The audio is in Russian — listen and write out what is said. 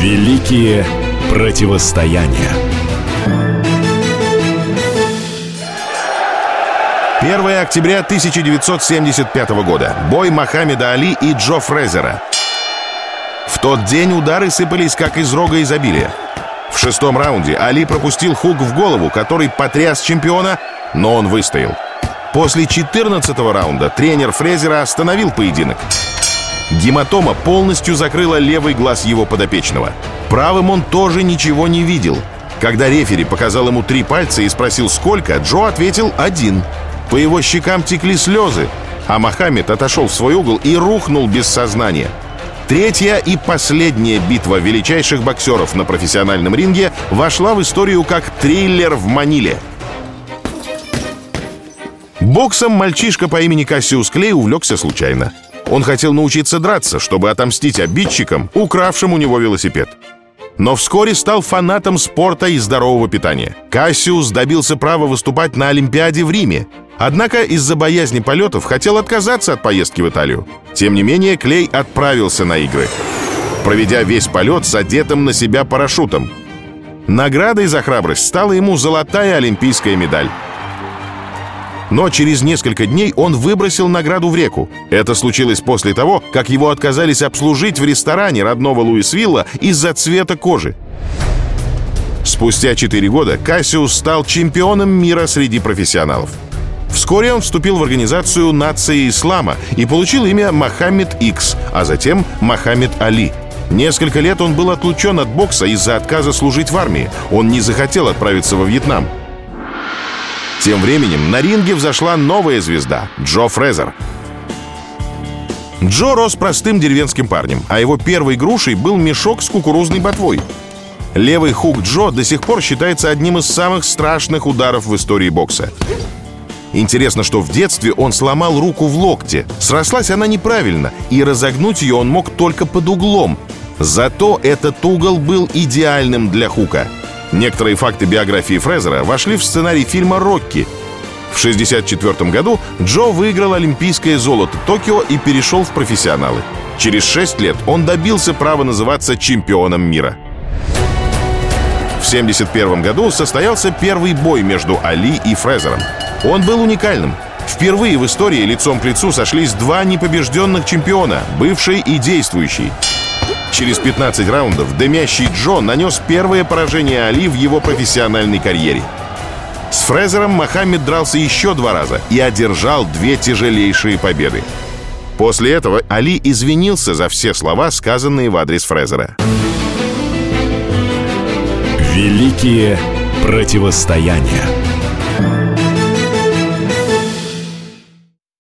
Великие противостояния. 1 октября 1975 года. Бой Мохаммеда Али и Джо Фрезера. В тот день удары сыпались как из рога изобилия. В 6-м раунде Али пропустил хук в голову, который потряс чемпиона, но он выстоял. После 14-го раунда тренер Фрезера остановил поединок. Гематома полностью закрыла левый глаз его подопечного. Правым он тоже ничего не видел. Когда рефери показал ему 3 пальца и спросил, сколько, Джо ответил 1. По его щекам текли слезы, а Мохаммед отошел в свой угол и рухнул без сознания. 3-я и последняя битва величайших боксеров на профессиональном ринге вошла в историю как триллер в Маниле. Боксом мальчишка по имени Кассиус Клей увлекся случайно. Он хотел научиться драться, чтобы отомстить обидчикам, укравшим у него велосипед. Но вскоре стал фанатом спорта и здорового питания. Кассиус добился права выступать на Олимпиаде в Риме. Однако из-за боязни полетов хотел отказаться от поездки в Италию. Тем не менее, Клей отправился на игры, проведя весь полет с одетым на себя парашютом. Наградой за храбрость стала ему золотая олимпийская медаль. Но через несколько дней он выбросил награду в реку. Это случилось после того, как его отказались обслужить в ресторане родного Луисвилла из-за цвета кожи. Спустя 4 года Кассиус стал чемпионом мира среди профессионалов. Вскоре он вступил в организацию «Нации ислама» и получил имя Мохаммед Икс, а затем Мохаммед Али. Несколько лет он был отлучен от бокса из-за отказа служить в армии. Он не захотел отправиться во Вьетнам. Тем временем на ринге взошла новая звезда – Джо Фрезер. Джо рос простым деревенским парнем, а его первой грушей был мешок с кукурузной ботвой. Левый хук Джо до сих пор считается одним из самых страшных ударов в истории бокса. Интересно, что в детстве он сломал руку в локте. Срослась она неправильно, и разогнуть ее он мог только под углом. Зато этот угол был идеальным для хука. Некоторые факты биографии Фрезера вошли в сценарий фильма «Рокки». В 1964 году Джо выиграл олимпийское золото Токио и перешел в профессионалы. Через 6 лет он добился права называться чемпионом мира. В 1971 году состоялся первый бой между Али и Фрезером. Он был уникальным. Впервые в истории лицом к лицу сошлись 2 непобежденных чемпиона, бывший и действующий. Через 15 раундов дымящий Джо нанес первое поражение Али в его профессиональной карьере. С Фрезером Мохаммед дрался еще 2 раза и одержал 2 тяжелейшие победы. После этого Али извинился за все слова, сказанные в адрес Фрезера. Великие противостояния.